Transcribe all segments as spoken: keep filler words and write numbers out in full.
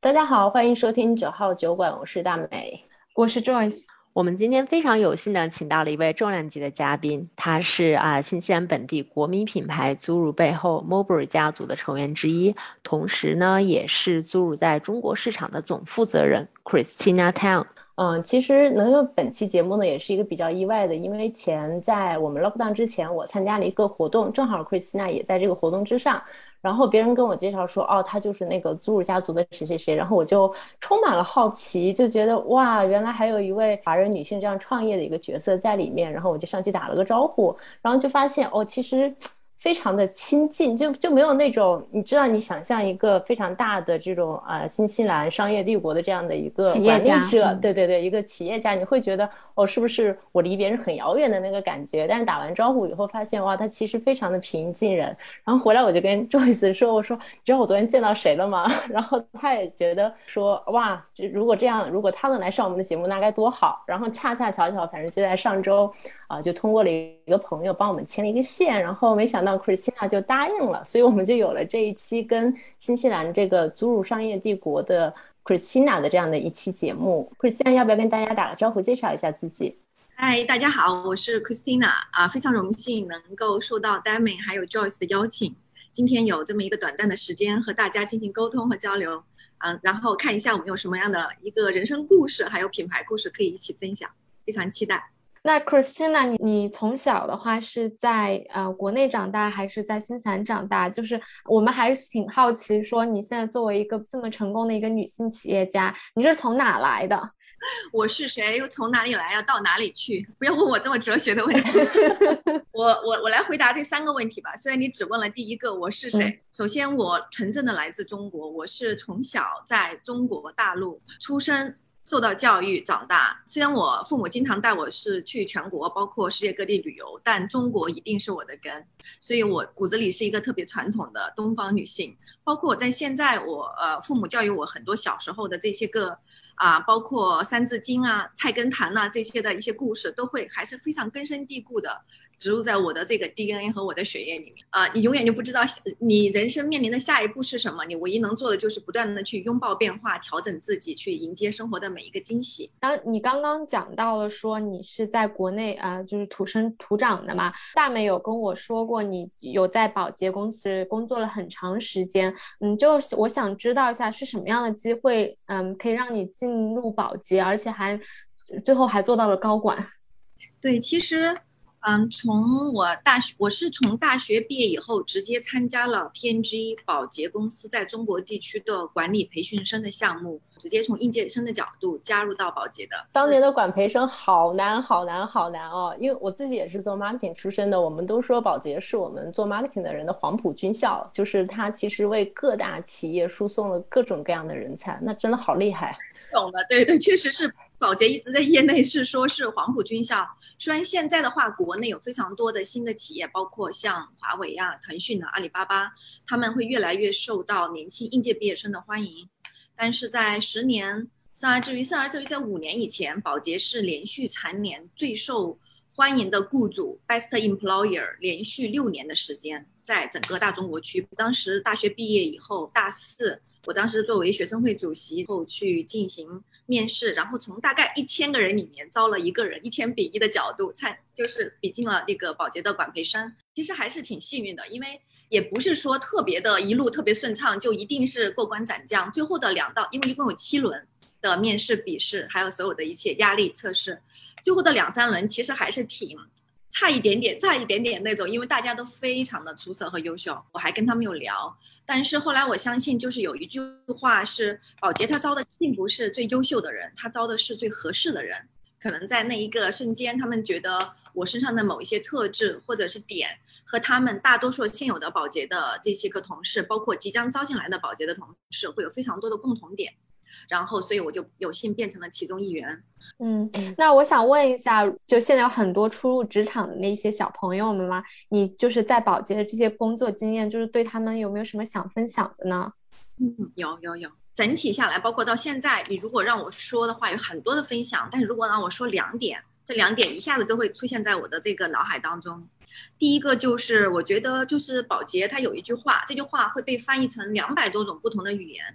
大家好，欢迎收听九号酒馆，我是大美。 我是 Joyce。 我们今天非常有幸的请到了一位重量级的嘉宾，他是啊新西兰本地国民品牌 Zuru 背后 Mulberry 家族的成员之一，同时呢也是 Zuru 在中国市场的总负责人 Christina Tang。 嗯，其实能有本期节目呢，也是一个比较意外的，因为前在我们 lockdown 之前，我参加了一个活动，正好 Christina 也在这个活动之上，然后别人跟我介绍说，哦，他就是那个祖鲁家族的谁谁谁，然后我就充满了好奇，就觉得哇，原来还有一位华人女性这样创业的一个角色在里面，然后我就上去打了个招呼，然后就发现哦，其实非常的亲近，就就没有那种你知道，你想象一个非常大的这种啊、呃、新西兰商业帝国的这样的一个管理者，嗯、对对对，一个企业家，你会觉得哦，是不是我离别人很遥远的那个感觉？但是打完招呼以后发现哇，他其实非常的平静人。然后回来我就跟 Joyce 说，我说你知道我昨天见到谁了吗？然后他也觉得说哇，如果这样，如果他能来上我们的节目，那该多好。然后恰恰巧巧，反正就在上周啊、呃，就通过了一个朋友帮我们牵了一个线，然后没想到 Christina 就答应了，所以我们就有了这一期跟新西兰这个祖鲁商业帝国的 Christina 的这样的一期节目。Christina 要不要跟大家打个招呼，介绍一下自己？ 嗨，大家好，我是 Christina 啊，非常荣幸能够受到 Damon 还有 Joyce 的邀请，今天有这么一个短暂的时间和大家进行沟通和交流，嗯，然后看一下我们有什么样的一个人生故事，还有品牌故事可以一起分享，非常期待。 那 Christina， 你你从小的话是在呃国内长大，还是在新西兰长大？就是我们还是挺好奇，说你现在作为一个这么成功的一个女性企业家，你是从哪来的？ 我是谁？又从哪里来？要到哪里去？不要问我这么哲学的问题。我我我来回答这三个问题吧。虽然你只问了第一个，我是谁？嗯、首先，我纯正的来自中国，我是从小在中国大陆出生。受到教育长大，虽然我父母经常带我是去全国，包括世界各地旅游，但中国一定是我的根，所以我骨子里是一个特别传统的东方女性。包括我在现在我呃父母教育我很多小时候的这些个啊，包括三字经啊、菜根谭啊这些的一些故事，都会还是非常根深蒂固的植入在我的这个 D N A 和我的血液里面啊、呃。你永远就不知道你人生面临的下一步是什么，你唯一能做的就是不断的去拥抱变化，调整自己，去迎接生活的每一个惊喜。 当你刚刚讲到了说你是在国内啊、呃，就是土生土长的嘛，大美有跟我说过你有在宝洁公司工作了很长时间，嗯，就我想知道一下是什么样的机会，嗯，可以让你进入宝洁，而且还最后还做到了高管。 对，其实嗯，从我大学，我是从大学毕业以后直接参加了 P and G 宝洁公司在中国地区的管理培训生的项目，直接从应届生的角度加入到宝洁的。 当年的管培生好难好难好难哦，因为我自己也是做 marketing 出身的，我们都说宝洁是我们做 marketing 的人的黄埔军校，就是它其实为各大企业输送了各种各样的人才，那真的好厉害。 懂了，对对，确实是宝洁一直在业内是说是黄埔军校。虽然现在的话，国内有非常多的新的企业，包括像华为啊、腾讯啊、阿里巴巴，他们会越来越受到年轻应届毕业生的欢迎。但是在十年，甚而至于甚而至于在五年以前，宝洁是连续蝉联最受欢迎的雇主 Best Employer， 连续六年的时间，在整个大中国区。当时大学毕业以后，大四。我当时作为学生会主席后去进行面试，然后从大概一千个人里面招了一个人，一千比一的角度才就是比进了那个宝洁的管培生。其实还是挺幸运的，因为也不是说特别的一路特别顺畅就一定是过关斩将。最后的两道，因为一共有七轮的面试笔试，还有所有的一切压力测试，最后的两三轮其实还是挺差一点点差一点点那种，因为大家都非常的出色和优秀，我还跟他们有聊。但是后来我相信，就是有一句话是，宝洁他招的并不是最优秀的人，他招的是最合适的人。可能在那一个瞬间，他们觉得我身上的某一些特质或者是点和他们大多数现有的宝洁的这些个同事，包括即将招进来的宝洁的同事，会有非常多的共同点。然后所以我就有幸变成了其中一员。 嗯，那我想问一下，就现在有很多初入职场的那些小朋友们嘛，你就是在宝洁的这些工作经验，就是对他们有没有什么想分享的呢？ 嗯，有有有，整体下来，包括到现在，你如果让我说的话，有很多的分享，但是如果让我说两点，这两点一下子都会出现在我的这个脑海当中。第一个就是我觉得就是宝洁它有一句话，这句话会被翻译成两百多种不同的语言。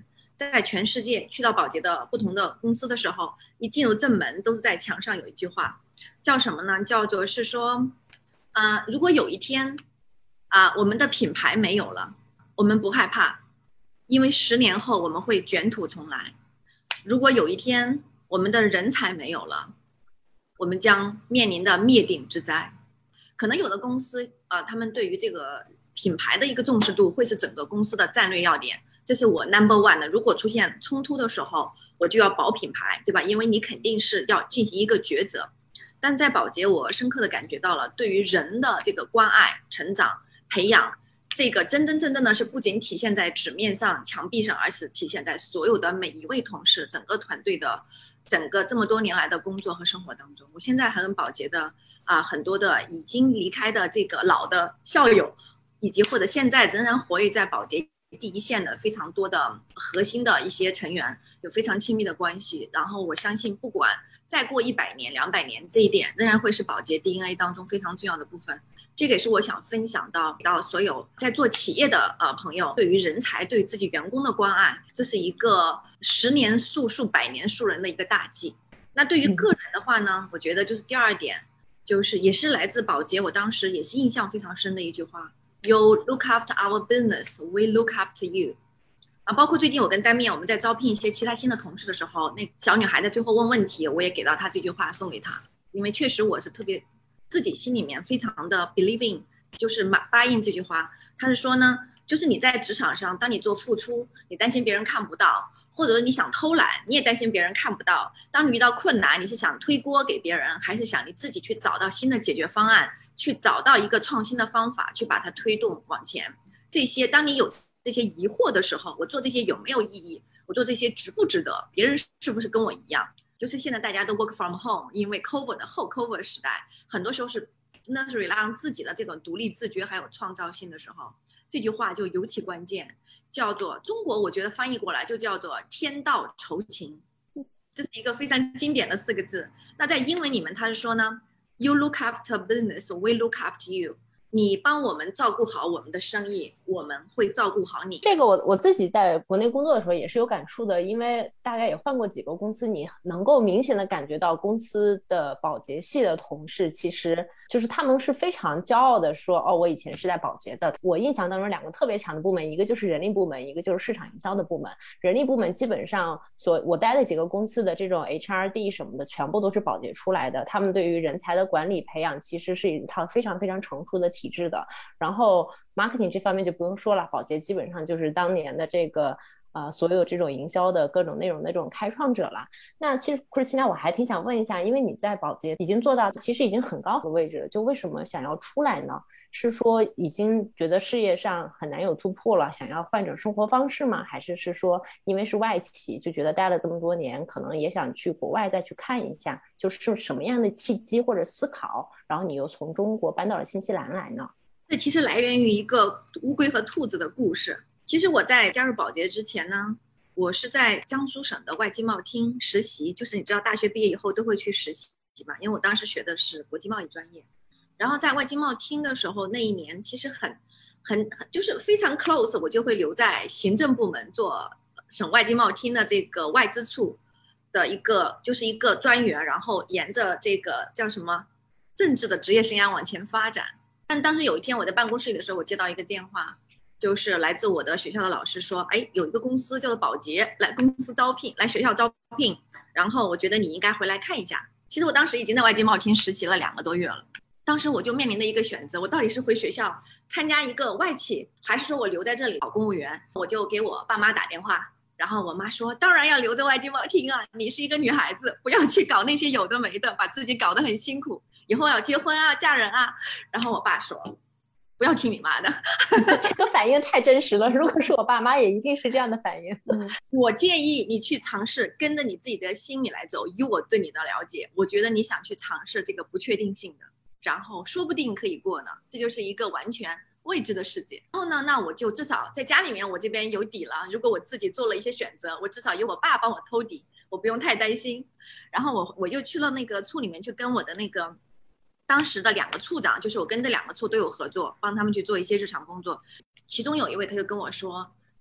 在全世界去到宝洁的不同的公司的时候，一进入正门都是在墙上有一句话，叫什么呢？叫做是说，啊、呃，如果有一天啊、呃，我们的品牌没有了，我们不害怕，因为十年后我们会卷土重来。如果有一天我们的人才没有了，我们将面临的灭顶之灾。可能有的公司啊、呃，他们对于这个品牌的一个重视度会是整个公司的战略要点，这是我 number one 的。如果出现冲突的时候，我就要保品牌，对吧？因为你肯定是要进行一个抉择。但在宝洁，我深刻的感觉到了对于人的这个关爱、成长、培养，这个真真正正的是不仅体现在纸面上、墙壁上，而是体现在所有的每一位同事、整个团队的整个这么多年来的工作和生活当中。我现在很宝洁的啊、呃，很多的已经离开的这个老的校友，以及或者现在仍然活跃在宝洁第一线的非常多的核心的一些成员，有非常亲密的关系。然后我相信，不管再过一百年、两百年，这一点仍然会是宝洁 D N A 当中非常重要的部分。这个也是我想分享到到所有在做企业的呃朋友，对于人才、对自己员工的关爱，这是一个十年树树、百年树人的一个大忌。那对于个人的话呢，我觉得就是第二点，就是也是来自宝洁，我当时也是印象非常深的一句话。You look after our business, we look after you. 啊，包括最近我跟丹面我们在招聘一些其他新的同事的时候，那小女孩在最后问问题，我也给到她这句话送给她，因为确实我是特别自己心里面非常的 believe in， 就是答应这句话。她是说呢，就是你在职场上，当你做付出，你担心别人看不到，或者你想偷懒，你也担心别人看不到。当你遇到困难，你是想推锅给别人，还是想你自己去找到新的解决方案？去找到一个创新的方法，去把它推动往前。这些当你有这些疑惑的时候，我做这些有没有意义？我做这些值不值得？别人是不是跟我一样？就是现在大家都 work from home， 因为 COVID 的后 COVID 时代，很多时候是真的是 rely on 自己的这种独立自觉还有创造性的时候，这句话就尤其关键，叫做中国我觉得翻译过来就叫做天道酬勤，这是一个非常经典的四个字。那在英文里面它是说呢，You look after business, we look after you. 你帮我们照顾好我们的生意，我们会照顾好你。 这个我我自己在国内工作的时候也是有感触的，因为大概也换过几个公司，你能够明显的感觉到公司的保洁系的同事，其实就是他们是非常骄傲的说，哦，我以前是在保洁的。我印象当中两个特别强的部门，一个就是人力部门，一个就是市场营销的部门。人力部门基本上所我待的几个公司的这种 H R D 什么的，全部都是保洁出来的。他们对于人才的管理培养其实是一套非常非常成熟的体制的。然后 marketing 这方面就不用说了，宝洁基本上就是当年的这个呃所有这种营销的各种内容的这种开创者了。那其实 Christina 我还挺想问一下，因为你在宝洁已经做到其实已经很高的位置了，就为什么想要出来呢？是说已经觉得事业上很难有突破了，想要换种生活方式吗？还是是说因为是外企，就觉得待了这么多年，可能也想去国外再去看一下，就是什么样的契机或者思考，然后你又从中国搬到了新西兰来呢？ 这其实来源于一个乌龟和兔子的故事。其实我在加入宝洁之前呢，我是在江苏省的外经贸厅实习，就是你知道大学毕业以后都会去实习嘛，因为我当时学的是国际贸易专业。然后在外经贸厅的时候，那一年其实很很很就是非常 close， 我就会留在行政部门做省外经贸厅的这个外资处的一个就是一个专员，然后沿着这个叫什么政治的职业生涯往前发展。但当时有一天我在办公室里的时候，我接到一个电话，就是来自我的学校的老师说，哎，有一个公司叫做宝洁来公司招聘，来学校招聘，然后我觉得你应该回来看一下。其实我当时已经在外经贸厅实习了两个多月了，当时我就面临的一个选择，我到底是回学校参加一个外企，还是说我留在这里考公务员？我就给我爸妈打电话，然后我妈说，当然要留在外经贸厅啊，你是一个女孩子，不要去搞那些有的没的，把自己搞得很辛苦，以后要结婚啊嫁人啊。然后我爸说，不要听你妈的。 这个反应太真实了，如果是我爸妈也一定是这样的反应。 嗯，我建议你去尝试跟着你自己的心里来走，以我对你的了解，我觉得你想去尝试这个不确定性的，然后说不定可以过呢，这就是一个完全未知的世界。然后呢，那我就至少在家里面我这边有底了，如果我自己做了一些选择，我至少有我爸帮我偷底，我不用太担心。然后我我又去了那个处里面去跟我的那个当时的两个处长，就是我跟这两个处都有合作，帮他们去做一些日常工作。其中有一位他就跟我说，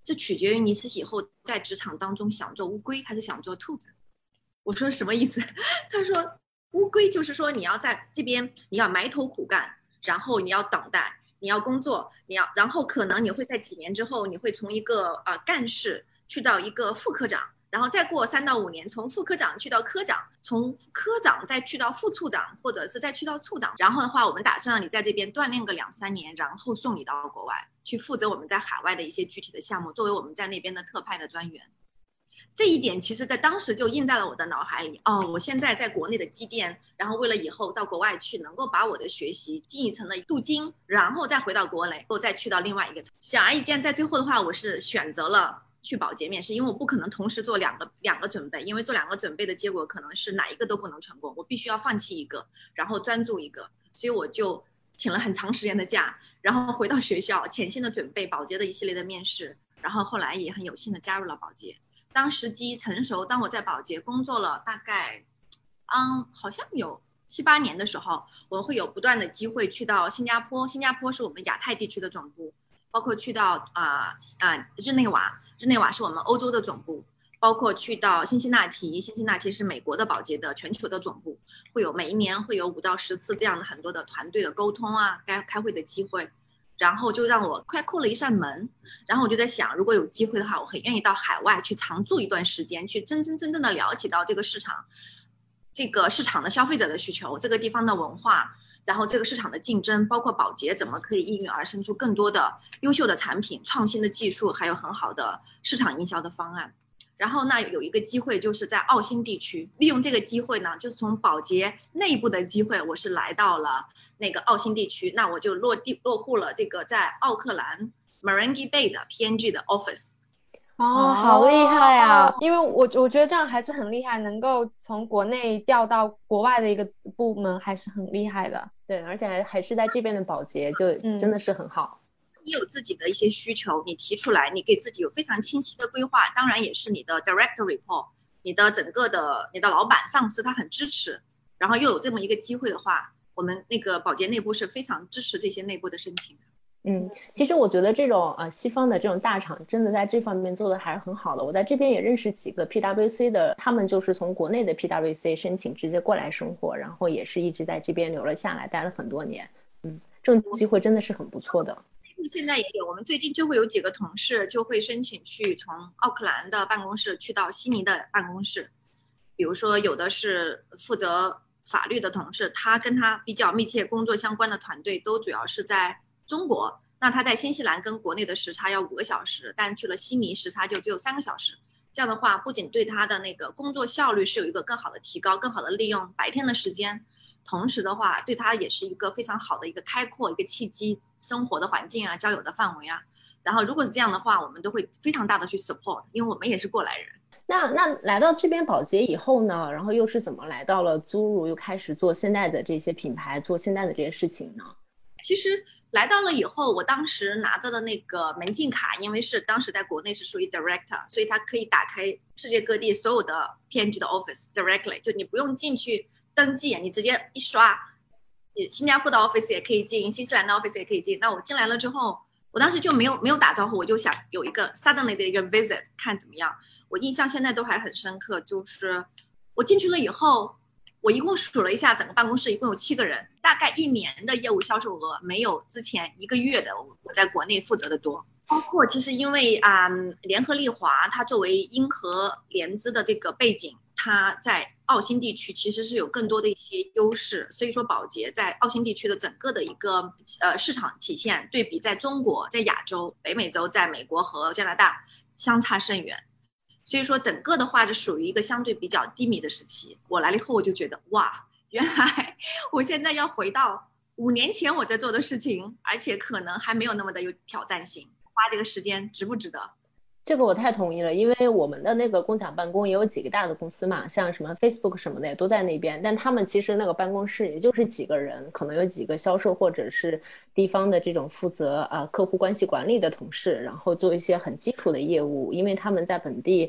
这取决于你自己以后在职场当中想做乌龟还是想做兔子。我说什么意思？他说乌龟就是说你要在这边你要埋头苦干，然后你要等待，你要工作，你要然后可能你会在几年之后你会从一个呃干事去到一个副科长，然后再过三到五年从副科长去到科长，从科长再去到副处长，或者是再去到处长。然后的话我们打算让你在这边锻炼个两三年，然后送你到国外去负责我们在海外的一些具体的项目，作为我们在那边的特派的专员。这一点其实在当时就印在了我的脑海里。哦，我现在在国内的积淀，然后为了以后到国外去能够把我的学习进一层的镀金，然后再回到国内，再去到另外一个。显而易见，在最后的话我是选择了去保洁面试，因为我不可能同时做两个两个准备，因为做两个准备的结果可能是哪一个都不能成功，我必须要放弃一个，然后专注一个。所以我就请了很长时间的假，然后回到学校潜心的准备保洁的一系列的面试，然后后来也很有幸的加入了保洁。当时机成熟，当我在保洁工作了大概嗯好像有七八年的时候，我会有不断的机会去到新加坡，新加坡是我们亚太地区的总部，包括去到啊啊、呃呃、日内瓦，日内瓦是我们欧洲的总部，包括去到辛辛那提，辛辛那提是美国的保洁的全球的总部，会有每一年会有五到十次这样的很多的团队的沟通啊，该开会的机会，然后就让我开阔了一扇门。然后我就在想，如果有机会的话，我很愿意到海外去常住一段时间，去真真正正的了解到这个市场，这个市场的消费者的需求，这个地方的文化，然后这个市场的竞争，包括保洁怎么可以应运而生出更多的优秀的产品、创新的技术，还有很好的市场营销的方案。然后那有一个机会就是在澳新地区，利用这个机会呢，就是从保洁内部的机会，我是来到了那个澳新地区，那我就落地落户了这个在奥克兰 Marangi Bay 的 P N G 的 office。 哦，好厉害啊！因为我我觉得这样还是很厉害，能够从国内调到国外的一个部门还是很厉害的。 对，而且还还是在这边的保洁，就真的是很好。 嗯， 你有自己的一些需求，你提出来，你给自己有非常清晰的规划，当然也是你的 direct report， 你的整个的你的老板上司他很支持，然后又有这么一个机会的话，我们那个保洁内部是非常支持这些内部的申请的。 嗯，其实我觉得这种呃西方的这种大厂真的在这方面做的还是很好的。我在这边也认识几个 P W C 的，他们就是从国内的 P W C 申请直接过来生活，然后也是一直在这边留了下来，待了很多年。嗯，这种机会真的是很不错的。 现在也有，我们最近就会有几个同事就会申请去从奥克兰的办公室去到悉尼的办公室，比如说有的是负责法律的同事，他跟他比较密切工作相关的团队都主要是在中国，那他在新西兰跟国内的时差要五个小时，但去了悉尼时差就只有三个小时。这样的话，不仅对他的那个工作效率是有一个更好的提高，更好的利用白天的时间，同时的话，对他也是一个非常好的一个开阔一个契机，生活的环境啊，交友的范围啊。然后如果是这样的话，我们都会非常大的去 support， 因为我们也是过来人。 那那来到这边保洁以后呢，然后又是怎么来到了租如，又开始做现在的这些品牌，做现在的这些事情呢？ 其实来到了以后，我当时拿到的那个门禁卡，因为是当时在国内是属于 director， 所以它可以打开世界各地所有的 P N G 的 office directly， 就你不用进去登记，你直接一刷，新加坡的 office 也可以进，新西兰的 office 也可以进。那我进来了之后，我当时就没有没有打招呼，我就想有一个 suddenly 的一个 visit， 看怎么样。我印象现在都还很深刻，就是我进去了以后，我一共数了一下，整个办公室一共有七个人，大概一年的业务销售额没有之前一个月的我在国内负责的多。包括其实因为啊、嗯，联合利华它作为英荷联资的这个背景，它在澳新地区其实是有更多的一些优势，所以说宝洁在澳新地区的整个的一个呃市场体现，对比在中国、在亚洲、北美洲、在美国和加拿大相差甚远。所以说整个的话是属于一个相对比较低迷的时期。我来了以后我就觉得哇，原来我现在要回到五年前我在做的事情，而且可能还没有那么的有挑战性，花这个时间值不值得？ 这个我太同意了，因为我们的那个共享办公也有几个大的公司嘛，像什么 Facebook 什么的也都在那边，但他们其实那个办公室也就是几个人，可能有几个销售或者是地方的这种负责啊客户关系管理的同事，然后做一些很基础的业务，因为他们在本地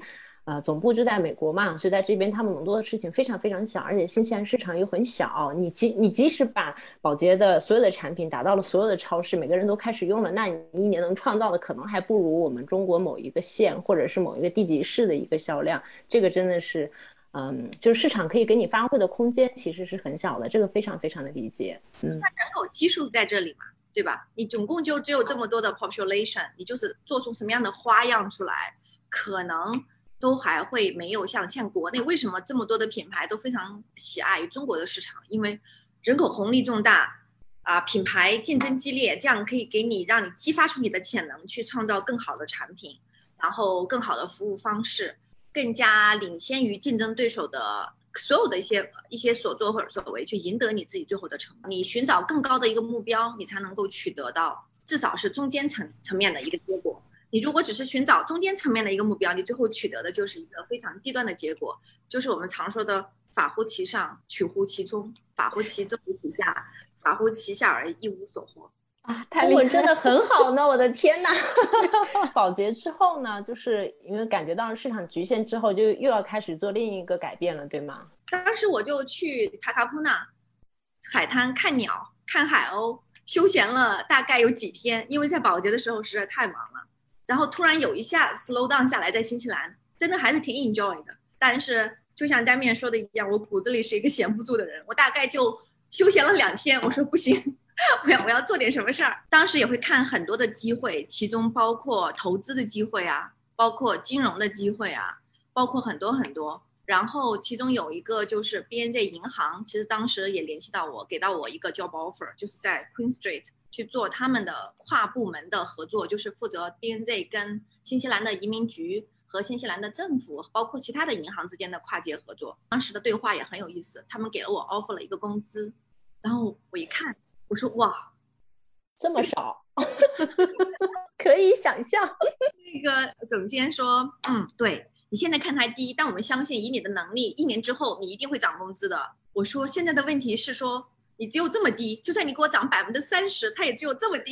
呃，总部就在美国嘛，所以在这边他们能做的事情非常非常小，而且新西兰市场又很小。你即你即使把宝洁的所有的产品打到了所有的超市，每个人都开始用了，那你一年能创造的可能还不如我们中国某一个县或者是某一个地级市的一个销量。这个真的是，嗯，就是市场可以给你发挥的空间其实是很小的，这个非常非常的理解。嗯， 那人口基数在这里嘛，对吧？你总共就只有这么多的 population， 你就是做出什么样的花样出来，可能都还会没有像像国内为什么这么多的品牌都非常喜爱于中国的市场，因为人口红利重大啊，品牌竞争激烈，这样可以给你让你激发出你的潜能，去创造更好的产品，然后更好的服务方式，更加领先于竞争对手的所有的一些一些所作或者所为，去赢得你自己最后的成功。你寻找更高的一个目标，你才能够取得到至少是中间层层面的一个结果。你如果只是寻找中间层面的一个目标，你最后取得的就是一个非常低端的结果，就是我们常说的法乎其上，取乎其中，法乎其中，其下，法乎其下而一无所获。 啊，太厉害了， 真的很好呢！我的天哪！宝洁之后呢，就是因为感觉到了市场局限之后，就又要开始做另一个改变了，对吗？ 当时我就去塔卡普纳海滩看鸟、看海鸥，休闲了大概有几天，因为在宝洁的时候实在太忙了。然后突然有一下 slow down 下来，在新西兰真的还是挺 enjoy 的。但是就像单面说的一样，我骨子里是一个闲不住的人，我大概就休闲了两天，我说不行。我要我要做点什么事儿。当时也会看很多的机会，其中包括投资的机会啊，包括金融的机会啊，包括很多很多。然后其中有一个就是 B N Z 银行，其实当时也联系到我，给到我一个 job offer， 就是在 Queen Street 去做他们的跨部门的合作，就是负责 B N Z 跟新西兰的移民局和新西兰的政府，包括其他的银行之间的跨界合作。当时的对话也很有意思，他们给了我 offer 了一个工资，然后我一看。我说哇， 这么少，可以想象。 那个总监说，嗯，对，你现在看它低，但我们相信以你的能力，一年之后你一定会涨工资的。我说现在的问题是说，你只有这么低，就算你给我涨百分之三十，它也只有这么低。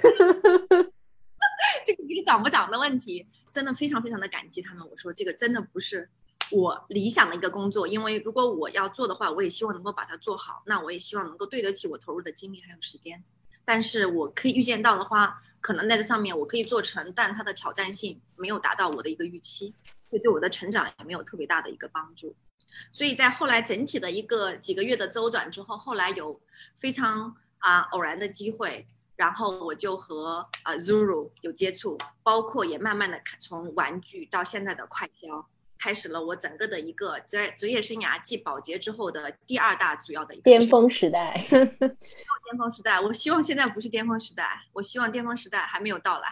这个不是涨不涨的问题，真的非常非常的感激他们。我说这个真的不是我理想的一个工作，因为如果我要做的话，我也希望能够把它做好，那我也希望能够对得起我投入的精力还有时间。但是我可以预见到的话，可能在这上面我可以做成，但它的挑战性没有达到我的一个预期，所以对我的成长也没有特别大的一个帮助。所以在后来整体的一个几个月的周转之后，后来有非常啊、呃、偶然的机会，然后我就和呃 Zuru 有接触，包括也慢慢的从玩具到现在的快销，开始了我整个的一个职业职业生涯继宝洁之后的第二大主要的一个巅峰时代。 巅峰时代，我希望现在不是巅峰时代，我希望巅峰时代还没有到来。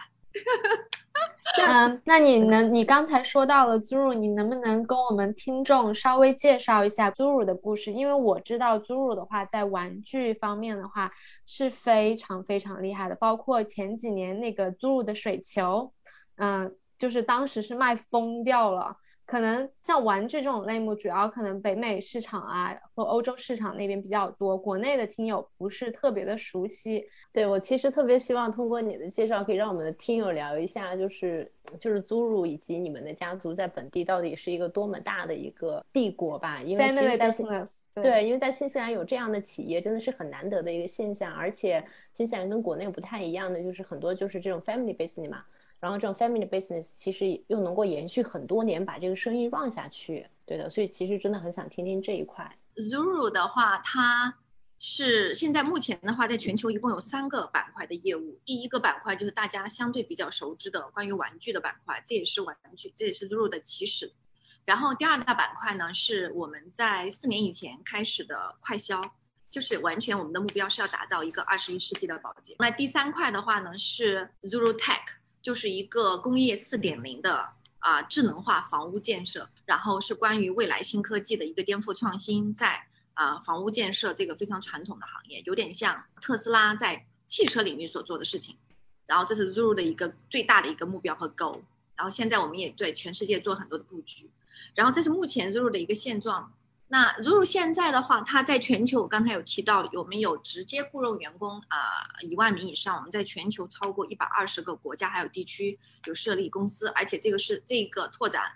嗯，那你能，你刚才说到了 Zuru， 你能不能跟我们听众稍微介绍一下 Zuru 的故事？因为我知道 Zuru 的话，在玩具方面的话是非常非常厉害的，包括前几年那个 Zuru 的水球，嗯，就是当时是卖疯掉了。可能像玩具这种类目，主要可能北美市场啊和欧洲市场那边比较多，国内的听友不是特别的熟悉。 对，我其实特别希望通过你的介绍，可以让我们的听友聊一下，就是就是 Zuru 以及你们的家族在本地到底是一个多么大的一个帝国吧。因为其实在 business 对, 对，因为在新西兰有这样的企业真的是很难得的一个现象，而且新西兰跟国内不太一样的就是很多就是这种 family business 嘛。然后这种 family business 其实又能够延续很多年，把这个生意 run 下去，对的，所以其实真的很想听听这一块。 Zuru 的话，它是现在目前的话，在全球一共有三个板块的业务。第一个板块就是大家相对比较熟知的关于玩具的板块，这也是玩具，这也是 Zuru 的起始。然后第二大板块呢，是我们在四年以前开始的快销，就是完全我们的目标是要打造一个二十一世纪的宝洁。那第三块的话呢，是 Zuru Tech。就是一个工业 四点零 的啊、呃、智能化房屋建设，然后是关于未来新科技的一个颠覆创新，在啊、呃、房屋建设这个非常传统的行业，有点像特斯拉在汽车领域所做的事情。然后这是 Zuru 的一个最大的一个目标和 goal。然后现在我们也对全世界做很多的布局。然后这是目前 Zuru 的一个现状。那 Zuru 现在的话，它在全球，我刚才有提到，有没有直接雇佣员工啊一、呃、万名以上？我们在全球超过一百二十个国家还有地区有设立公司，而且这个是这个拓展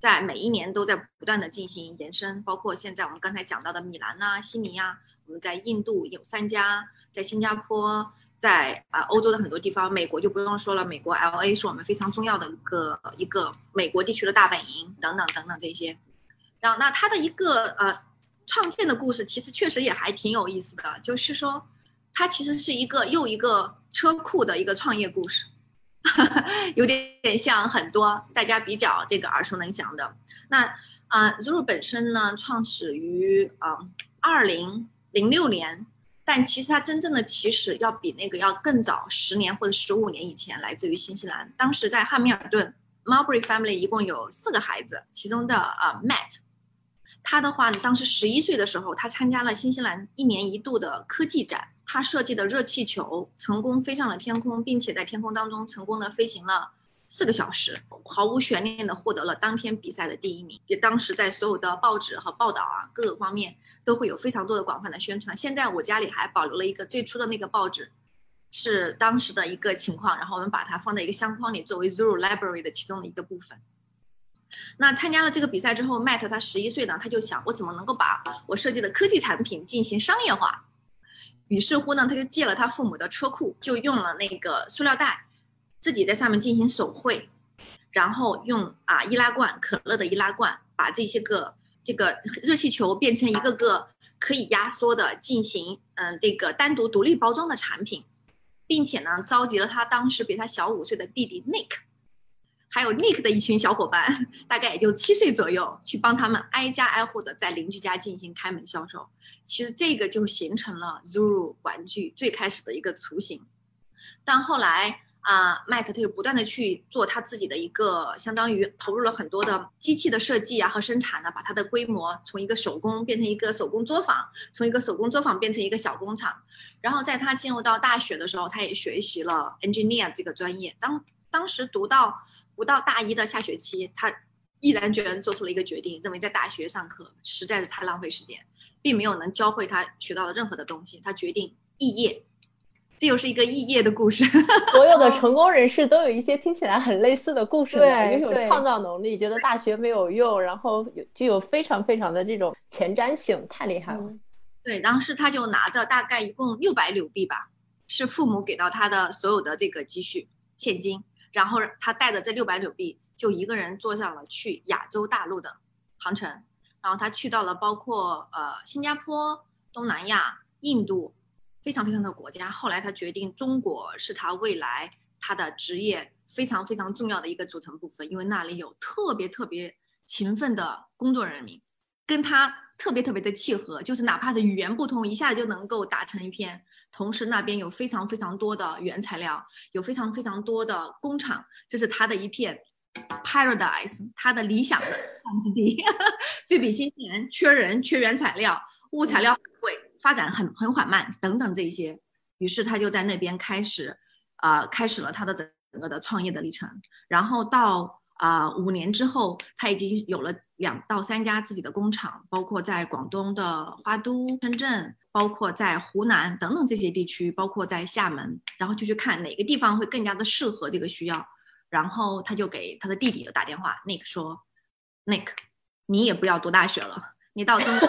在每一年都在不断的进行延伸，包括现在我们刚才讲到的米兰啊、悉尼啊，我们在印度有三家，在新加坡，在啊、呃、欧洲的很多地方，美国就不用说了，美国 L A 是我们非常重要的一个一个美国地区的大本营等等等等这些。然后那它的一个呃创建的故事其实确实也还挺有意思的，就是说它其实是一个又一个车库的一个创业故事。有点像很多大家比较这个耳熟能详的。那呃 Zuru 本身呢创始于呃二零零六年，但其实它真正的起始要比那个要更早，十年或者十五年以前，来自于新西兰。当时在汉密尔顿 Marbury Family 一共有四个孩子，其中的呃 Matt， 他的话呢，当时十一岁的时候，他参加了新西兰一年一度的科技展。他设计的热气球成功飞上了天空，并且在天空当中成功的飞行了四个小时，毫无悬念的获得了当天比赛的第一名。也当时在所有的报纸和报道啊各个方面都会有非常多的广泛的宣传。现在我家里还保留了一个最初的那个报纸，是当时的一个情况，然后我们把它放在一个相框里，作为 Zuru Library 的其中的一个部分。那参加了这个比赛之后 Matt 他十一岁呢，他就想我怎么能够把我设计的科技产品进行商业化。于是乎呢，他就借了他父母的车库，就用了那个塑料袋，自己在上面进行手绘，然后用啊易拉罐，可乐的易拉罐，把这些个这个热气球变成一个个可以压缩的，进行嗯这个单独独立包装的产品，并且呢，召集了他当时比他小五岁的弟弟 Nick， 还有 Nick 的一群小伙伴，大概也就七岁左右，去帮他们挨家挨户的在邻居家进行开门销售。其实这个就形成了 Zuru 玩具最开始的一个雏形。但后来啊、呃、Matt 他又不断的去做他自己的一个，相当于投入了很多的机器的设计啊和生产呢，把它的规模从一个手工变成一个手工作坊，从一个手工作坊变成一个小工厂。然后在他进入到大学的时候，他也学习了 engineer 这个专业。当当时读到不到大一的下学期，他毅然决然做出了一个决定，认为在大学上课实在是太浪费时间，并没有能教会他学到的任何的东西。他决定肄业，这又是一个肄业的故事。 所有的成功人士都有一些听起来很类似的故事嘛， 对拥有创造能力，觉得大学没有用，然后具有非常非常的这种前瞻性，太厉害了。 嗯、 对，当时他就拿着大概一共六百纽币吧，是父母给到他的所有的这个积蓄现金。然后他带着这六百纽币，就一个人坐上了去亚洲大陆的航程。然后他去到了包括呃新加坡、东南亚、印度，非常非常的国家。后来他决定中国是他未来他的职业非常非常重要的一个组成部分，因为那里有特别特别勤奋的工作人民，跟他特别特别的契合，就是哪怕是语言不通，一下就能够打成一片。同时那边有非常非常多的原材料，有非常非常多的工厂，这是他的一片 paradise， 他的理想的产之地。对比新西兰缺人、缺原材料、物材料很贵、发展很很缓慢等等这些，于是他就在那边开始呃开始了他的整个的创业的历程。然后到啊、呃，五年之后，他已经有了两到三家自己的工厂，包括在广东的花都、深圳，包括在湖南等等这些地区，包括在厦门，然后就去看哪个地方会更加的适合这个需要。然后他就给他的弟弟打电话 ，Nick 说 ：“Nick， 你也不要读大学了，你到中国。”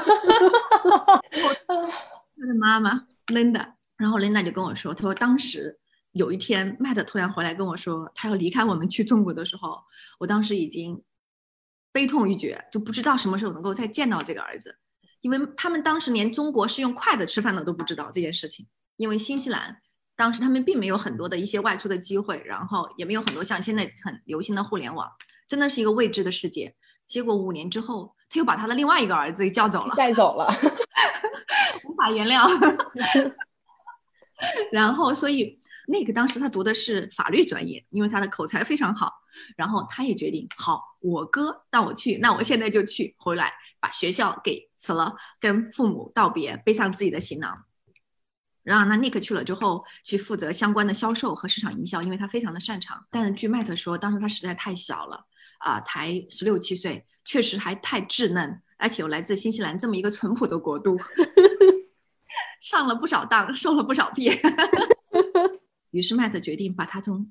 他的妈妈 Linda， 然后 Linda 就跟我说，他说当时。有一天 Matt 突然回来跟我说他要离开我们去中国的时候，我当时已经悲痛欲绝，就不知道什么时候能够再见到这个儿子。因为他们当时连中国是用筷子吃饭的都不知道这件事情，因为新西兰当时他们并没有很多的一些外出的机会，然后也没有很多像现在很流行的互联网，真的是一个未知的世界。结果五年之后他又把他的另外一个儿子给叫走了， 带走了。 无法原谅。然后所以那个当时他读的是法律专业，因为他的口才非常好，然后他也决定好，我哥让我去，那我现在就去，回来把学校给辞了，跟父母道别，背上自己的行囊。然后那 Nick 去了之后，去负责相关的销售和市场营销，因为他非常的擅长。但是据 Matt 说，当时他实在太小了啊、呃，才十六七岁，确实还太稚嫩，而且又来自新西兰这么一个淳朴的国度，上了不少当，受了不少骗。于是 Matt 决定把他从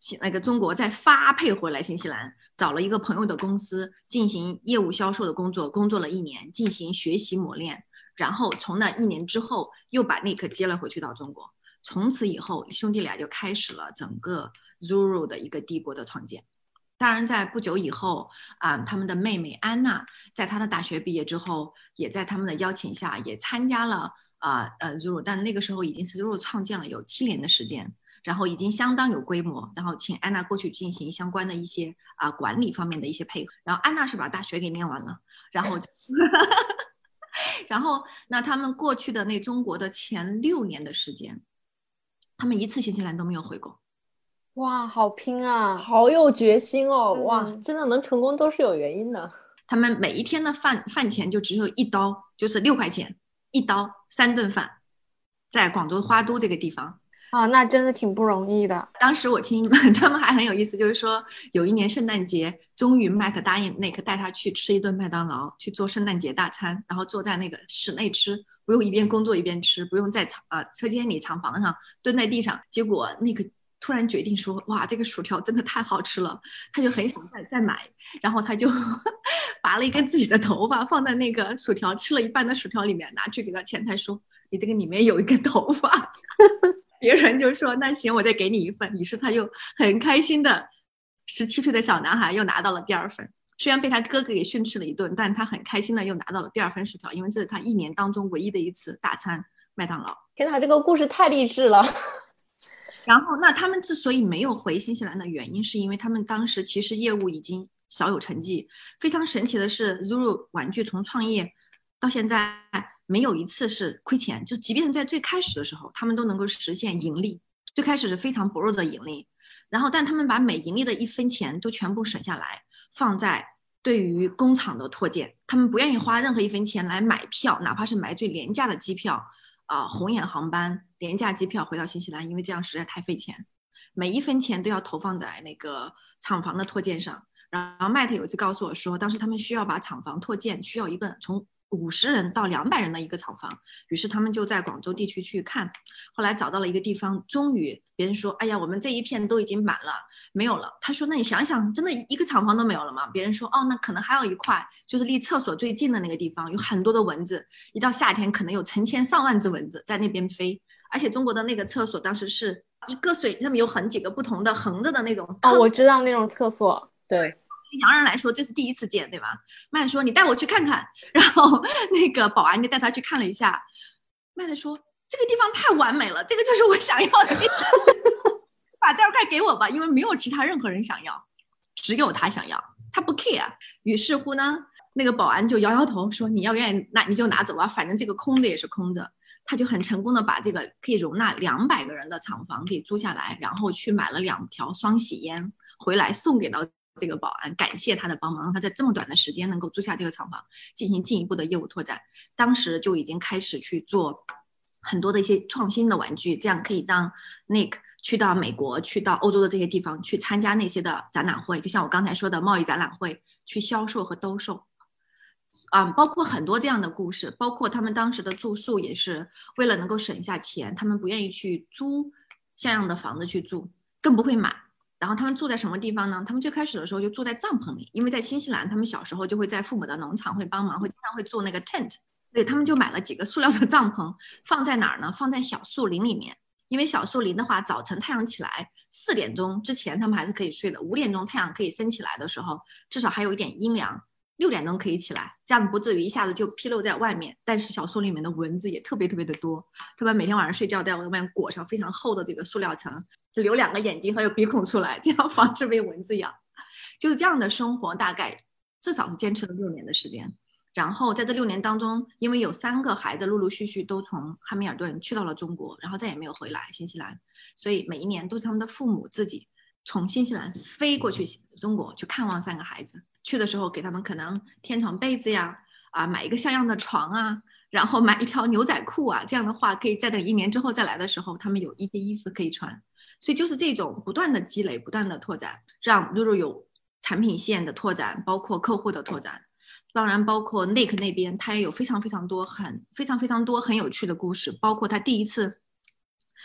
那个中国再发配回来新西兰，找了一个朋友的公司进行业务销售的工作，工作了一年，进行学习磨练，然后从那一年之后又把 Nick 接了回去到中国。从此以后兄弟俩就开始了整个 Zuru 的一个帝国的创建。当然在不久以后啊、呃，他们的妹妹安娜在她的大学毕业之后，也在他们的邀请下也参加了啊 呃, 呃 Zuru， 但那个时候已经是 Zuru 创建了有七年的时间，然后已经相当有规模，然后请安娜过去进行相关的一些啊、呃、管理方面的一些配合。然后安娜是把大学给念完了，然后然后那他们过去的那中国的前六年的时间，他们一次新西兰都没有回过。 哇，好拼啊， 好有决心哦、 嗯、 哇，真的能成功都是有原因的。 他们每一天的饭饭钱就只有一刀，就是六块钱一刀，三顿饭，在广州花都这个地方啊，那真的挺不容易的。 当时我听他们还很有意思，就是说有一年圣诞节，终于麦克答应那个带他去吃一顿麦当劳，去做圣诞节大餐，然后坐在那个室内吃，不用一边工作一边吃，不用在呃车间里厂房上蹲在地上。结果那个突然决定说，哇，这个薯条真的太好吃了，他就很想再再买，然后他就拔了一根自己的头发放在那个薯条吃了一半的薯条里面，拿去给他前台说，你这个里面有一根头发。别人就说那行我再给你一份，于是他又很开心的十七岁的小男孩又拿到了第二份，虽然被他哥哥给训斥了一顿，但他很开心的又拿到了第二份薯条，因为这是他一年当中唯一的一次大餐麦当劳。 天哪，这个故事太励志了。 然后那他们之所以没有回新西兰的原因，是因为他们当时其实业务已经小有成绩。非常神奇的是 Zuru 玩具从创业到现在没有一次是亏钱，就即便在最开始的时候他们都能够实现盈利，最开始是非常薄弱的盈利，然后但他们把每盈利的一分钱都全部省下来放在对于工厂的拓建，他们不愿意花任何一分钱来买票，哪怕是买最廉价的机票啊、呃，红眼航班廉价机票回到新西兰，因为这样实在太费钱，每一分钱都要投放在那个厂房的拓建上。然后麦特有一次告诉我说，当时他们需要把厂房拓建，需要一个从五十人到两百人的一个厂房，于是他们就在广州地区去看，后来找到了一个地方，终于别人说，哎呀，我们这一片都已经满了，没有了。他说，那你想想，真的一个厂房都没有了吗？别人说，哦，那可能还有一块，就是离厕所最近的那个地方，有很多的蚊子，一到夏天可能有成千上万只蚊子在那边飞，而且中国的那个厕所当时是一个水上面有很几个不同的横着的那种。 哦，我知道那种厕所，对。 洋人来说这是第一次见，对吧？麦说你带我去看看，然后那个保安就带他去看了一下。麦特说这个地方太完美了，这个就是我想要的地方把这块给我吧，因为没有其他任何人想要，只有他想要，他不 care。 于是乎呢，那个保安就摇摇头说，你要愿意那你就拿走吧，反正这个空的也是空的。他就很成功的把这个可以容纳两百个人的厂房给租下来，然后去买了两条双喜烟回来送给到这个保安，感谢他的帮忙，让他在这么短的时间能够租下这个厂房，进行进一步的业务拓展。当时就已经开始去做很多的一些创新的玩具，这样可以让 Nick 去到美国，去到欧洲的这些地方去参加那些的展览会，就像我刚才说的贸易展览会，去销售和兜售。嗯，包括很多这样的故事，包括他们当时的住宿也是为了能够省下钱，他们不愿意去租像样的房子去住，更不会买。然后他们住在什么地方呢？他们最开始的时候就住在帐篷里，因为在新西兰他们小时候就会在父母的农场会帮忙，会经常会做那个 tent， 所以他们就买了几个塑料的帐篷，放在哪儿呢？放在小树林里面。因为小树林的话，早晨太阳起来四点钟之前他们还是可以睡的，五点钟太阳可以升起来的时候，至少还有一点阴凉，六点钟可以起来，这样不至于一下子就披露在外面。但是小树里面的蚊子也特别特别的多，他们每天晚上睡觉在外面裹上非常厚的这个塑料层，只留两个眼睛还有鼻孔出来，这样防止被蚊子咬。就是这样的生活，大概至少是坚持了六年的时间。然后在这六年当中，因为有三个孩子陆陆续续都从汉密尔顿去到了中国，然后再也没有回来新西兰，所以每一年都是他们的父母自己从新西兰飞过去中国去看望三个孩子。去的时候给他们可能添床被子呀，啊，买一个像样的床啊，然后买一条牛仔裤啊，这样的话可以再等一年之后再来的时候他们有一些衣服可以穿。所以就是这种不断的积累，不断的拓展，让 Zuru 有产品线的拓展，包括客户的拓展，当然包括 Nick 那边他也有非常非常多很非常非常多很有趣的故事，包括他第一次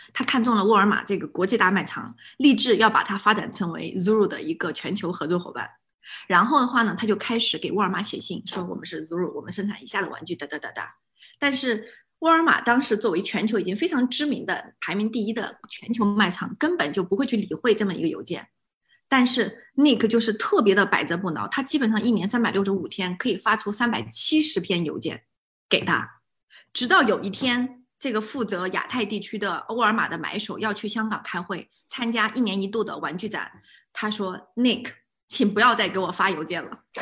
他看中了沃尔玛这个国际大卖场，立志要把它发展成为 Zuru 的一个全球合作伙伴。然后的话呢，他就开始给沃尔玛写信，说我们是 Zuru， 我们生产以下的玩具，哒哒哒哒。但是沃尔玛当时作为全球已经非常知名的、排名第一的全球卖场，根本就不会去理会这么一个邮件。但是 Nick 就是特别的百折不挠，他基本上一年三百六十五天可以发出三百七十篇邮件给他。直到有一天，这个负责亚太地区的沃尔玛的买手要去香港开会，参加一年一度的玩具展，他说 Nick， 请不要再给我发邮件了。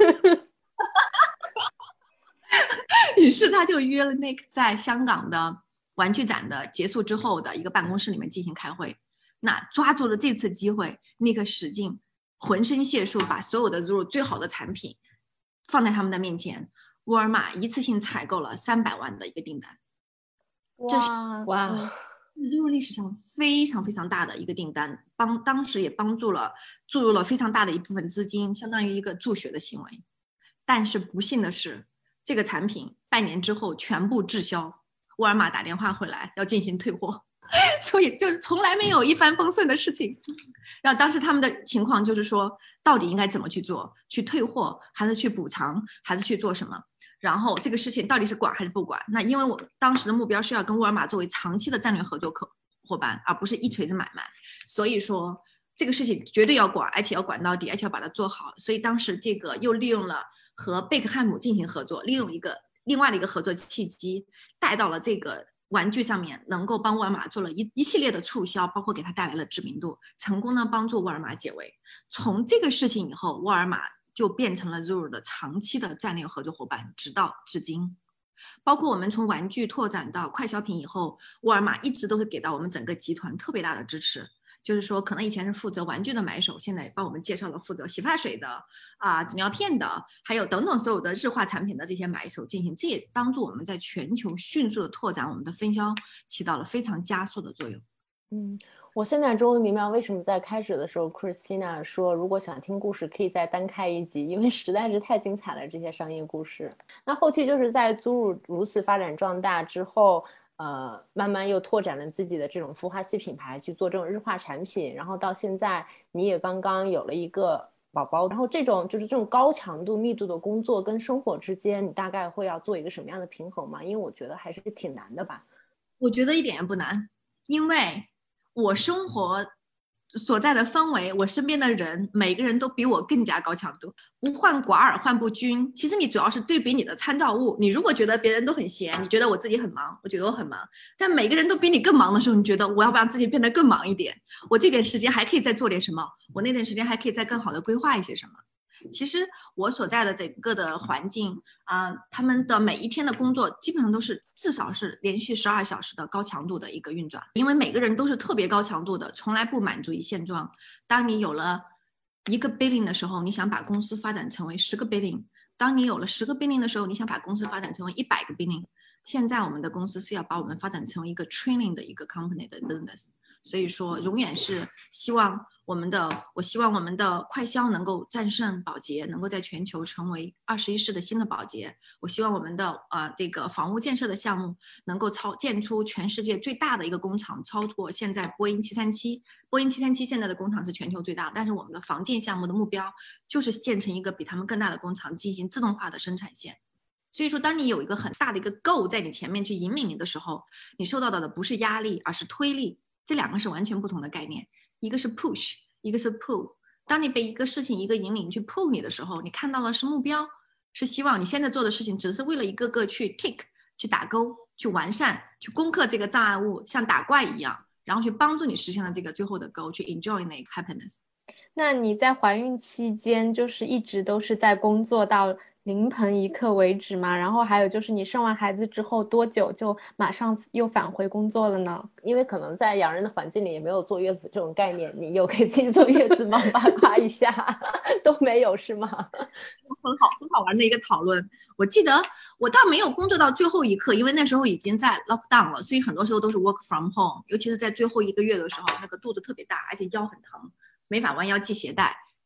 于是他就约了 Nick 在香港的玩具展的结束之后的一个办公室里面进行开会。那抓住了这次机会， Nick 使劲浑身解数把所有的 Zuru 最好的产品放在他们的面前，沃尔玛一次性采购了三百万的一个订单。这是哇 Zuru 历史上非常非常大的一个订单，帮当时也帮助了注入了非常大的一部分资金，相当于一个助学的行为。但是不幸的是，这个产品半年之后全部滞销，沃尔玛打电话回来要进行退货，所以就从来没有一帆风顺的事情。然后当时他们的情况就是说，到底应该怎么去做，去退货还是去补偿还是去做什么，然后这个事情到底是管还是不管。那因为我当时的目标是要跟沃尔玛作为长期的战略合作伙伴，而不是一锤子买卖，所以说这个事情绝对要管，而且要管到底，而且要把它做好。所以当时这个又利用了和贝克汉姆进行合作，利用一个另外的一个合作契机，带到了这个玩具上面，能够帮沃尔玛做了一一系列的促销，包括给它带来了知名度，成功的帮助沃尔玛解围。从这个事情以后，沃尔玛就变成了 Zuru 的长期的战略合作伙伴，直到至今。包括我们从玩具拓展到快消品以后，沃尔玛一直都会给到我们整个集团特别大的支持。就是说可能以前是负责玩具的买手，现在帮我们介绍了负责洗发水的啊、纸尿片的，还有等等所有的日化产品的这些买手进行，这也帮助我们在全球迅速的拓展我们的分销，起到了非常加速的作用。 嗯，我现在终于明白为什么在开始的时候 Christina 说如果想听故事可以再单开一集，因为实在是太精彩了这些商业故事。那后期就是在 Zuru 如此发展壮大之后，呃，慢慢又拓展了自己的这种孵化器品牌，去做这种日化产品，然后到现在你也刚刚有了一个宝宝，然后这种就是这种高强度密度的工作跟生活之间，你大概会要做一个什么样的平衡吗？因为我觉得还是挺难的吧。 我觉得一点也不难，因为我生活所在的氛围，我身边的人每个人都比我更加高强度，不患寡而患不均。其实你主要是对比你的参照物，你如果觉得别人都很闲，你觉得我自己很忙，我觉得我很忙，但每个人都比你更忙的时候，你觉得我要不让自己变得更忙一点，我这点时间还可以再做点什么，我那段时间还可以再更好的规划一些什么。其实我所在的整个的环境啊、呃，他们的每一天的工作基本上都是至少是连续十二小时的高强度的一个运转，因为每个人都是特别高强度的，从来不满足于现状。当你有了一个 billing 的时候，你想把公司发展成为十个 billing； 当你有了十个 billing 的时候，你想把公司发展成为一百个 billing。现在我们的公司是要把我们发展成为一个 training 的一个 company 的 business， 所以说永远是希望我们的，我希望我们的快销能够战胜保洁，能够在全球成为二十一世的新的保洁。我希望我们的呃这个房屋建设的项目能够超建出全世界最大的一个工厂，超过现在波音七三七。波音七三七现在的工厂是全球最大，但是我们的房建项目的目标就是建成一个比他们更大的工厂，进行自动化的生产线。所以说当你有一个很大的一个 goal 在你前面去引领你的时候，你受到的不是压力，而是推力，这两个是完全不同的概念，一个是 push， 一个是 pull。 当你被一个事情一个引领去 pull 你的时候，你看到的是目标，是希望你现在做的事情只是为了一个个去 tick， 去打勾，去完善，去攻克这个障碍物，像打怪一样，然后去帮助你实现了这个最后的 goal， 去 enjoy 那个 happiness。 那你在怀孕期间就是一直都是在工作到临盆一刻为止吗？然后还有就是你生完孩子之后多久就马上又返回工作了呢？ 因为可能在洋人的环境里也没有坐月子这种概念，你有给自己坐月子吗？八卦一下都没有是吗？ 很好很好玩的一个讨论。我记得我倒没有工作到最后一刻，因为那时候已经在 lockdown 了，所以很多时候都是 work from home， 尤其是在最后一个月的时候，那个肚子特别大，而且腰很疼，没法弯腰系鞋带，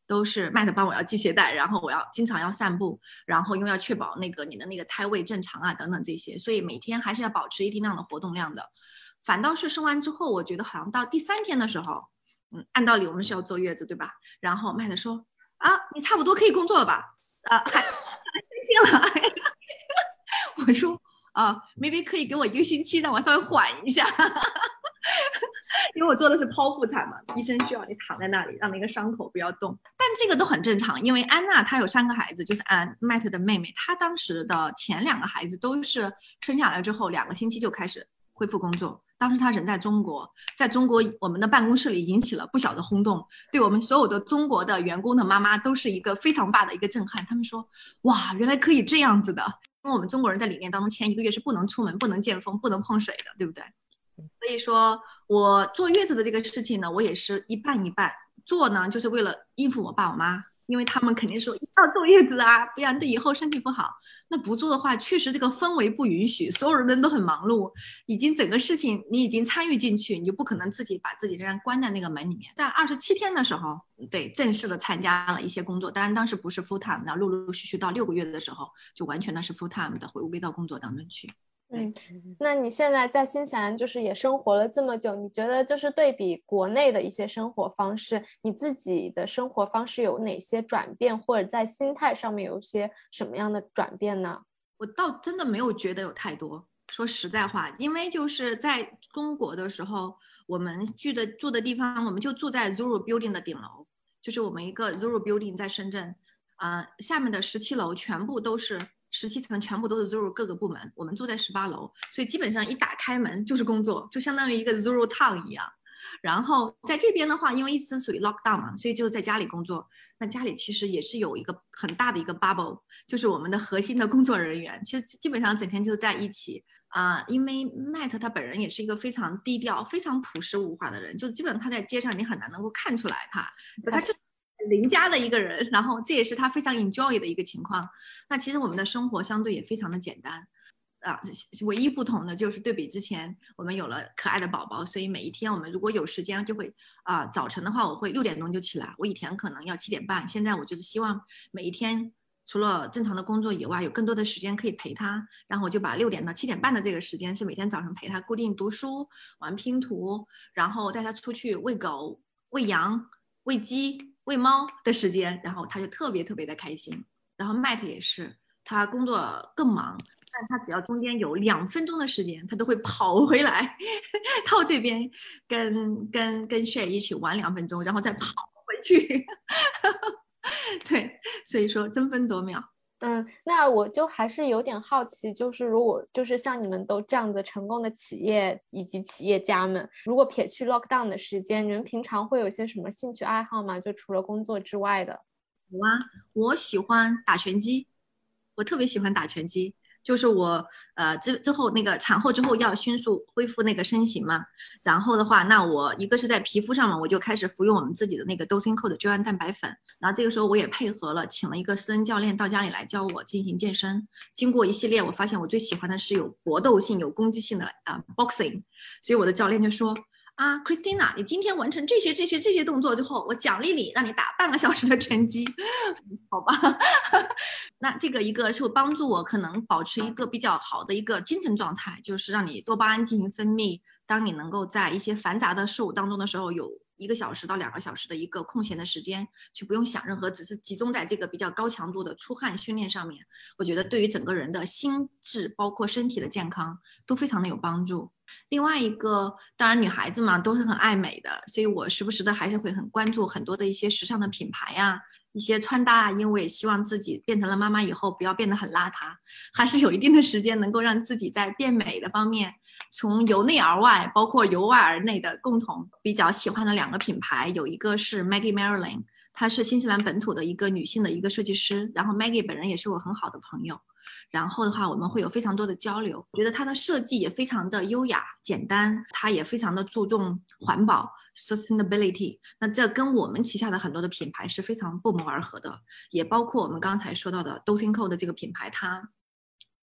都是 Matt 帮我要系鞋带，然后我要经常要散步，然后又要确保那个你的那个胎位正常啊等等这些，所以每天还是要保持一定量的活动量的。反倒是生完之后，我觉得好像到第三天的时候，嗯，按道理我们是要坐月子对吧？然后 Matt 说啊，你差不多可以工作了吧？啊，还还三天了。我说啊 ，maybe 可以给我一个星期，让我稍微缓一下。因为我做的是剖腹产嘛，医生需要你躺在那里，让那个伤口不要动。但这个都很正常，因为安娜她有三个孩子，就是安 Matt 的妹妹，她当时的前两个孩子都是生下来之后两个星期就开始恢复工作。当时她人在中国，在中国我们的办公室里引起了不小的轰动，对我们所有的中国的员工的妈妈都是一个非常大的一个震撼。他们说，哇，原来可以这样子的。因为我们中国人在理念当中前一个月是不能出门、不能见风、不能碰水的，对不对？所以说我坐月子的这个事情呢，我也是一半一半做呢，就是为了应付我爸我妈，因为他们肯定说要坐月子啊，不然对以后身体不好。那不做的话，确实这个氛围不允许，所有人都很忙碌，已经整个事情你已经参与进去，你就不可能自己把自己仍然关在那个门里面。在二十七天的时候，对，正式的参加了一些工作，当然当时不是 full time 的，陆陆续续到六个月的时候，就完全的是 full time 的回归到工作当中去。 嗯，那你现在在新西兰就是也生活了这么久，你觉得就是对比国内的一些生活方式，你自己的生活方式有哪些转变，或者在心态上面有些什么样的转变呢？ 我倒真的没有觉得有太多，说实在话，因为就是在中国的时候，我们住的住的地方，我们就住在 Zuru Building 的顶楼，就是我们一个 Zuru Building 在深圳，呃，下面的十七楼全部都是十七层，全部都是 Zuru 各个部门，我们住在十八楼，所以基本上一打开门就是工作，就相当于一个 Zuru Town 一样。然后在这边的话，因为一直属于 lockdown 嘛，所以就在家里工作。那家里其实也是有一个很大的一个 bubble， 就是我们的核心的工作人员，其实基本上整天就在一起啊、呃。因为 Matt 他本人也是一个非常低调、非常朴实无华的人，就基本上他在街上你很难能够看出来他，他就邻家的一个人。然后这也是他非常 enjoy 的一个情况。那其实我们的生活相对也非常的简单。啊，唯一不同的就是对比之前我们有了可爱的宝宝，所以每一天我们如果有时间就会啊、呃，早晨的话我会六点钟就起来，我以前可能要七点半，现在我就是希望每一天除了正常的工作以外，有更多的时间可以陪他，然后我就把六点到七点半的这个时间是每天早上陪他固定读书、玩拼图，然后带他出去喂狗、喂羊、喂鸡、喂猫的时间，然后他就特别特别的开心。然后 Matt 也是，他工作更忙，但他只要中间有两分钟的时间，他都会跑回来到这边跟跟跟 Shay 一起玩两分钟，然后再跑回去。对，所以说争分夺秒。 嗯，那我就还是有点好奇，就是如果就是像你们都这样的成功的企业以及企业家们，如果撇去 lockdown 的时间，你们平常会有一些什么兴趣爱好吗？就除了工作之外的。 有啊，我喜欢打拳击，我特别喜欢打拳击。就是我呃之之后那个产后之后要迅速恢复那个身形嘛，然后的话，那我一个是在皮肤上嘛，我就开始服用我们自己的那个 Dosenco 的胶原蛋白粉，然后这个时候我也配合了，请了一个私人教练到家里来教我进行健身。经过一系列，我发现我最喜欢的是有搏斗性、有攻击性的啊、呃、boxing， 所以我的教练就说。啊 ，Christina， 你今天完成这些、这些、这些动作之后，我奖励你，让你打半个小时的拳击，好吧？那这个一个是帮助我可能保持一个比较好的一个精神状态，就是让你多巴胺进行分泌。当你能够在一些繁杂的事物当中的时候，有一个小时到两个小时的一个空闲的时间，去不用想任何，只是集中在这个比较高强度的出汗训练上面，我觉得对于整个人的心智包括身体的健康都非常的有帮助。另外一个，当然女孩子嘛都是很爱美的，所以我时不时的还是会很关注很多的一些时尚的品牌呀、一些穿搭啊，因为我也希望自己变成了妈妈以后不要变得很邋遢，还是有一定的时间能够让自己在变美的方面，从由内而外，包括由外而内的共同比较喜欢的两个品牌，有一个是 Maggie Marilyn， 她是新西兰本土的一个女性的一个设计师，然后 Maggie 本人也是我很好的朋友。然后的话我们会有非常多的交流，我觉得它的设计也非常的优雅简单，它也非常的注重环保 sustainability， 那这跟我们旗下的很多的品牌是非常不谋而合的，也包括我们刚才说到的 Dosenco 的这个品牌，它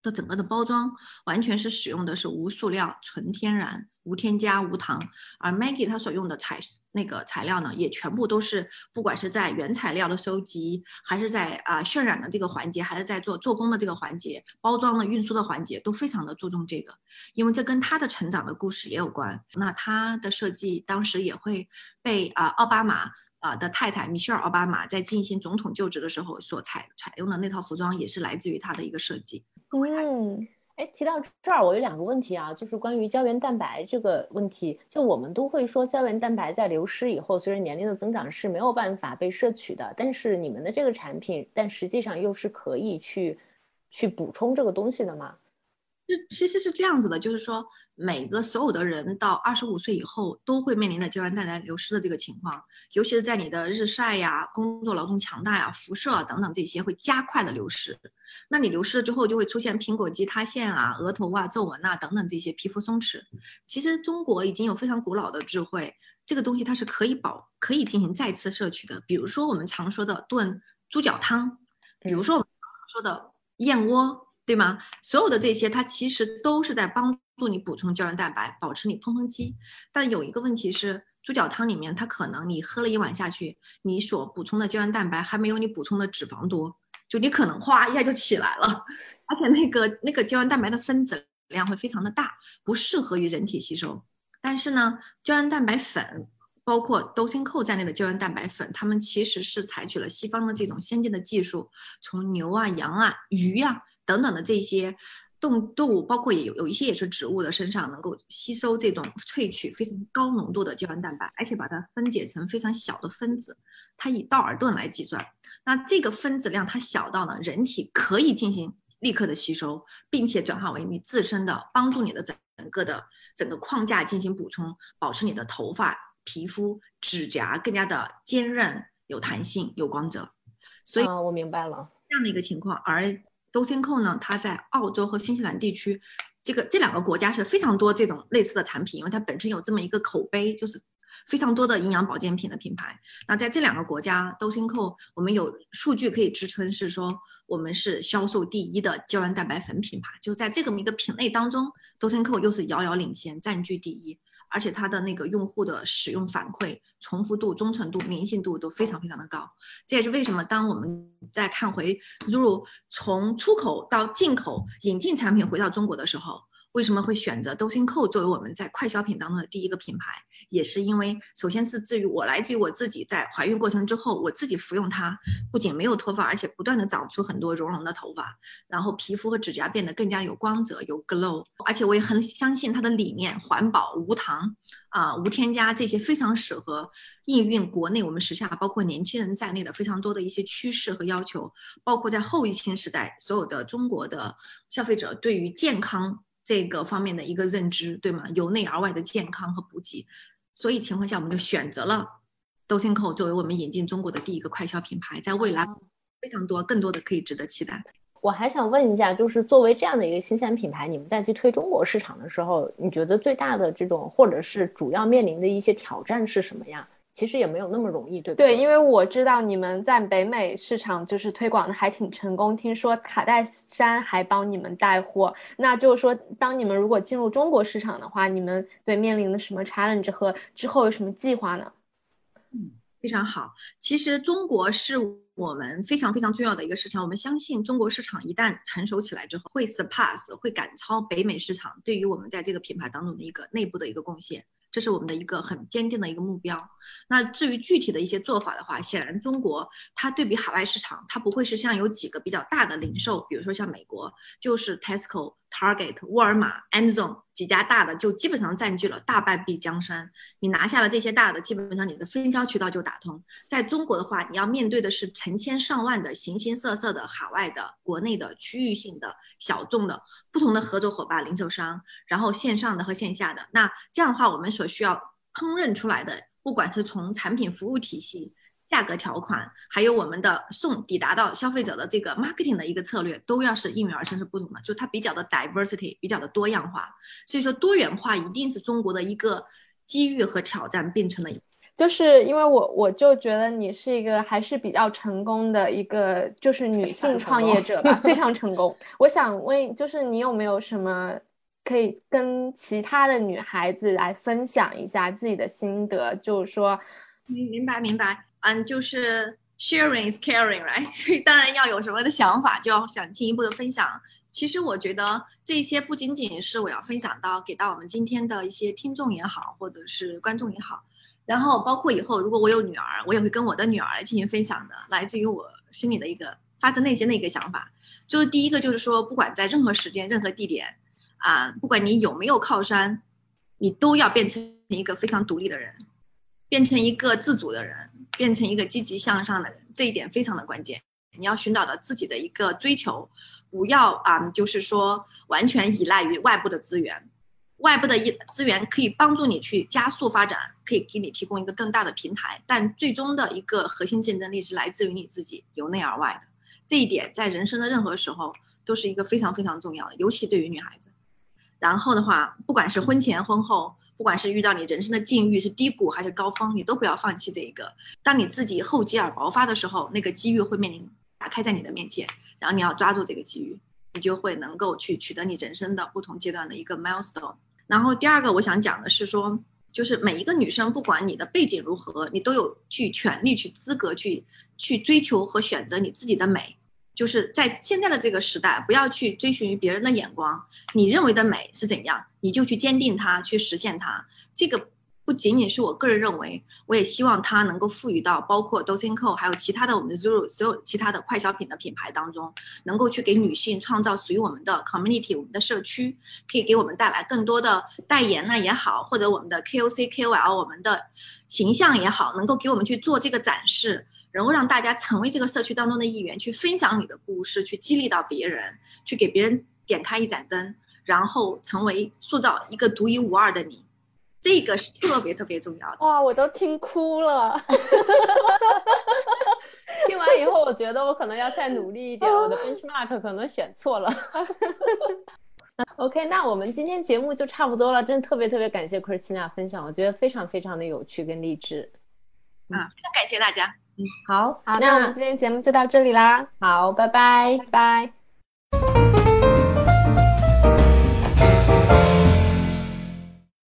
的整个的包装完全是使用的是无塑料、纯天然、无添加、无糖，而 Maggie 它所用的材那个材料呢，也全部都是不管是在原材料的收集，还是在啊、呃、渲染的这个环节，还是在做做工的这个环节，包装的运输的环节，都非常的注重这个，因为这跟他的成长的故事也有关。那他的设计当时也会被啊、呃、奥巴马。啊的太太米歇尔·奥巴马在进行总统就职的时候所采采用的那套服装，也是来自于他的一个设计。 嗯， 哎，提到这儿，我有两个问题啊，就是关于胶原蛋白这个问题。就我们都会说，胶原蛋白在流失以后，随着年龄的增长是没有办法被摄取的。但是你们的这个产品，但实际上又是可以去去补充这个东西的吗？ 其实是这样子的，就是说每个所有的人到二十五岁以后都会面临的胶原蛋白流失的这个情况，尤其是在你的日晒呀、工作劳动强大呀、辐射啊等等这些会加快的流失。那你流失了之后，就会出现苹果肌塌陷啊、额头啊、皱纹啊等等这些皮肤松弛。其实中国已经有非常古老的智慧，这个东西它是可以保可以进行再次摄取的。比如说我们常说的炖猪脚汤，比如说我们常说的燕窝。对吗？所有的这些它其实都是在帮助你补充胶原蛋白，保持你嘭嘭肌。但有一个问题是，猪脚汤里面它可能你喝了一碗下去，你所补充的胶原蛋白还没有你补充的脂肪多，就你可能哗一下就起来了，而且那个那个胶原蛋白的分子量会非常的大，不适合于人体吸收。但是呢，胶原蛋白粉包括 Dosenco 在内的胶原蛋白粉，它们其实是采取了西方的这种先进的技术，从牛啊、羊啊、鱼啊等等的这些动动物，包括也有有一些也是植物的身上能够吸收这种萃取非常高浓度的胶原蛋白，而且把它分解成非常小的分子，它以道尔顿来计算。那这个分子量它小到呢，人体可以进行立刻的吸收，并且转化为你自身的，帮助你的整个的整个框架进行补充，保持你的头发、皮肤、指甲更加的坚韧、有弹性、有光泽。所以， 啊，我明白了这样的一个情况。而 Dosenco 呢，它在澳洲和新西兰地区，这个这两个国家是非常多这种类似的产品，因为它本身有这么一个口碑，就是非常多的营养保健品的品牌。那在这两个国家 Dosenco 我们有数据可以支撑，是说我们是销售第一的胶原蛋白粉品牌，就在这么一个品类当中 Dosenco 又是遥遥领先，占据第一。而且它的那个用户的使用反馈、重复度、忠诚度、粘性度都非常非常的高。这也是为什么当我们在看回 Zuru 从出口到进口引进产品回到中国的时候，为什么会选择 Dosenco 作为我们在快消品当中的第一个品牌，也是因为首先是至于我来自于我自己在怀孕过程之后，我自己服用它，不仅没有脱发，而且不断的长出很多绒绒的头发，然后皮肤和指甲变得更加有光泽、有 glow， 而且我也很相信它的理念，环保、无糖啊、呃、无添加，这些非常适合应运国内我们时下包括年轻人在内的非常多的一些趋势和要求，包括在后疫情时代所有的中国的消费者对于健康这个方面的一个认知，对吗？由内而外的健康和补给，所以情况下我们就选择了 Dosenco 作为我们引进中国的第一个快消品牌，在未来非常多更多的可以值得期待。 我还想问一下，就是作为这样的一个新鲜品牌，你们再去推中国市场的时候，你觉得最大的这种或者是主要面临的一些挑战是什么呀？其实也没有那么容易，对不对？ 对，因为我知道你们在北美市场就是推广的还挺成功，听说卡戴珊还帮你们带货。那就是说，当你们如果进入中国市场的话，你们对面临的什么 challenge 和之后有什么计划呢？ 嗯，非常好。其实中国是我们非常非常重要的一个市场，我们相信中国市场一旦成熟起来之后，会 surpass 会赶超北美市场对于我们在这个品牌当中的一个内部的一个贡献。这是我们的一个很坚定的一个目标。那至于具体的一些做法的话，显然中国它对比海外市场，它不会是像有几个比较大的零售，比如说像美国，就是 Tesco、Target、沃尔玛、Amazon 几家大的就基本上占据了大半壁江山。你拿下了这些大的，基本上你的分销渠道就打通。在中国的话，你要面对的是成千上万的形形色色的海外的、国内的、区域性的、小众的不同的合作伙伴、零售商，然后线上的和线下的。那这样的话，我们所需要烹饪出来的，不管是从产品服务体系、价格条款，还有我们的送抵达到消费者的这个 marketing 的一个策略，都要是应运而生，是不同的，就它比较的 diversity， 比较的多样化。所以说多元化一定是中国的一个机遇和挑战并成的。 就是因为我我就觉得你是一个还是比较成功的一个就是女性创业者吧，非常成功。我想问，就是你有没有什么可以跟其他的女孩子来分享一下自己的心得？就是说， 明明白明白，嗯，就是 sharing is caring，right？ 所以当然要有什么的想法，就要想进一步的分享。其实我觉得这些不仅仅是我要分享到给到我们今天的一些听众也好，或者是观众也好。然后包括以后如果我有女儿，我也会跟我的女儿进行分享的，来自于我心里的一个发自内心的一个想法。就是第一个就是说，不管在任何时间任何地点啊，不管你有没有靠山，你都要变成一个非常独立的人，变成一个自主的人，变成一个积极向上的人，这一点非常的关键。你要寻找到自己的一个追求，不要啊，就是说完全依赖于外部的资源。外部的资源可以帮助你去加速发展，可以给你提供一个更大的平台，但最终的一个核心竞争力是来自于你自己，由内而外的。这一点在人生的任何时候都是一个非常非常重要的，尤其对于女孩子。然后的话，不管是婚前婚后，不管是遇到你人生的境遇是低谷还是高峰，你都不要放弃这一个。当你自己厚积而薄发的时候，那个机遇会面临打开在你的面前，然后你要抓住这个机遇，你就会能够去取得你人生的不同阶段的一个 milestone。然后第二个我想讲的是说，就是每一个女生不管你的背景如何，你都有去权利去资格去去追求和选择你自己的美。就是在现在的这个时代，不要去追寻别人的眼光，你认为的美是怎样，你就去坚定它，去实现它。这个不仅仅是我个人认为，我也希望它能够赋予到包括 Dots and Co 还有其他的我们的 Zuru 所有其他的快消品的品牌当中，能够去给女性创造属于我们的 community 我们的社区，可以给我们带来更多的代言呢也好，或者我们的 K O C K O L 我们的形象也好，能够给我们去做这个展示，然后让大家成为这个社区当中的一员，去分享你的故事，去激励到别人，去给别人点开一盏灯，然后成为塑造一个独一无二的你。这个是特别特别重要的。 哇，我都听哭了。 听完以后，我觉得我可能要再努力一点，我的 benchmark 可能选错了。OK， 那我们今天节目就差不多了，真的特别特别感谢 Christina 分享，我觉得非常非常的有趣跟励志。 啊，非常感谢大家。 嗯，好， 好，那我们今天节目就到这里啦。 好，拜拜， 拜拜。